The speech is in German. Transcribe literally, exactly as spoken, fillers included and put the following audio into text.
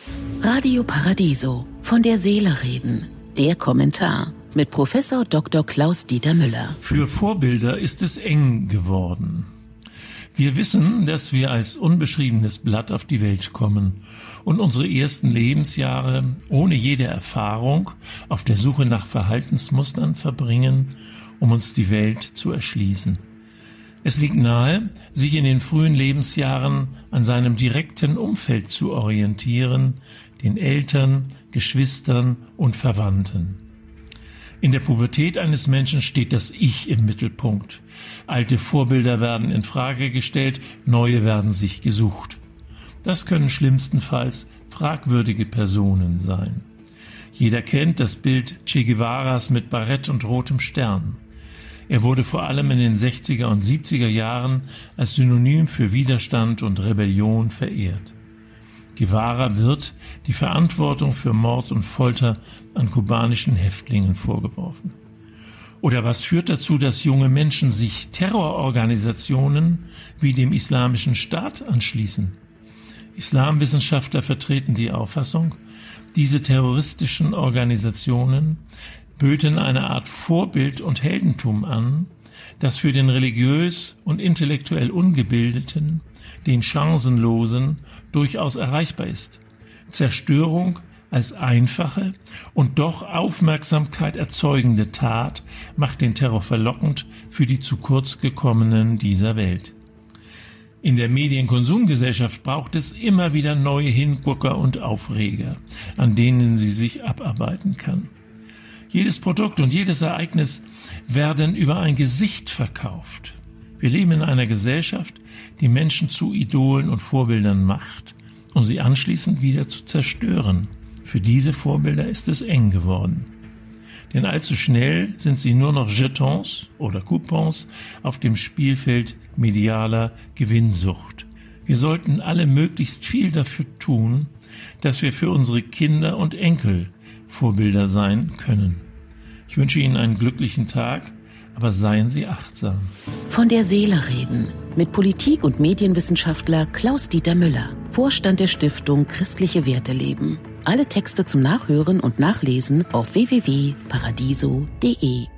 Radio Paradiso, von der Seele reden. Der Kommentar mit Professor Doktor Klaus-Dieter Müller. Für Vorbilder ist es eng geworden. Wir wissen, dass wir als unbeschriebenes Blatt auf die Welt kommen und unsere ersten Lebensjahre ohne jede Erfahrung auf der Suche nach Verhaltensmustern verbringen, um uns die Welt zu erschließen. Es liegt nahe, sich in den frühen Lebensjahren an seinem direkten Umfeld zu orientieren, den Eltern, Geschwistern und Verwandten. In der Pubertät eines Menschen steht das Ich im Mittelpunkt. Alte Vorbilder werden in Frage gestellt, neue werden sich gesucht. Das können schlimmstenfalls fragwürdige Personen sein. Jeder kennt das Bild Che Guevaras mit Barett und rotem Stern. Er wurde vor allem in den sechziger und siebziger Jahren als Synonym für Widerstand und Rebellion verehrt. Guevara wird die Verantwortung für Mord und Folter an kubanischen Häftlingen vorgeworfen. Oder was führt dazu, dass junge Menschen sich Terrororganisationen wie dem Islamischen Staat anschließen? Islamwissenschaftler vertreten die Auffassung, diese terroristischen Organisationen böten eine Art Vorbild und Heldentum an, das für den religiös und intellektuell Ungebildeten, den Chancenlosen, durchaus erreichbar ist. Zerstörung als einfache und doch Aufmerksamkeit erzeugende Tat macht den Terror verlockend für die zu kurz gekommenen dieser Welt. In der Medienkonsumgesellschaft braucht es immer wieder neue Hingucker und Aufreger, an denen sie sich abarbeiten kann. Jedes Produkt und jedes Ereignis werden über ein Gesicht verkauft. Wir leben in einer Gesellschaft, die Menschen zu Idolen und Vorbildern macht, um sie anschließend wieder zu zerstören. Für diese Vorbilder ist es eng geworden. Denn allzu schnell sind sie nur noch Jetons oder Coupons auf dem Spielfeld medialer Gewinnsucht. Wir sollten alle möglichst viel dafür tun, dass wir für unsere Kinder und Enkel Vorbilder sein können. Ich wünsche Ihnen einen glücklichen Tag, aber seien Sie achtsam. Von der Seele reden mit Politik- und Medienwissenschaftler Klaus-Dieter Müller, Vorstand der Stiftung Christliche Werte leben. Alle Texte zum Nachhören und Nachlesen auf w w w punkt paradiso punkt d e.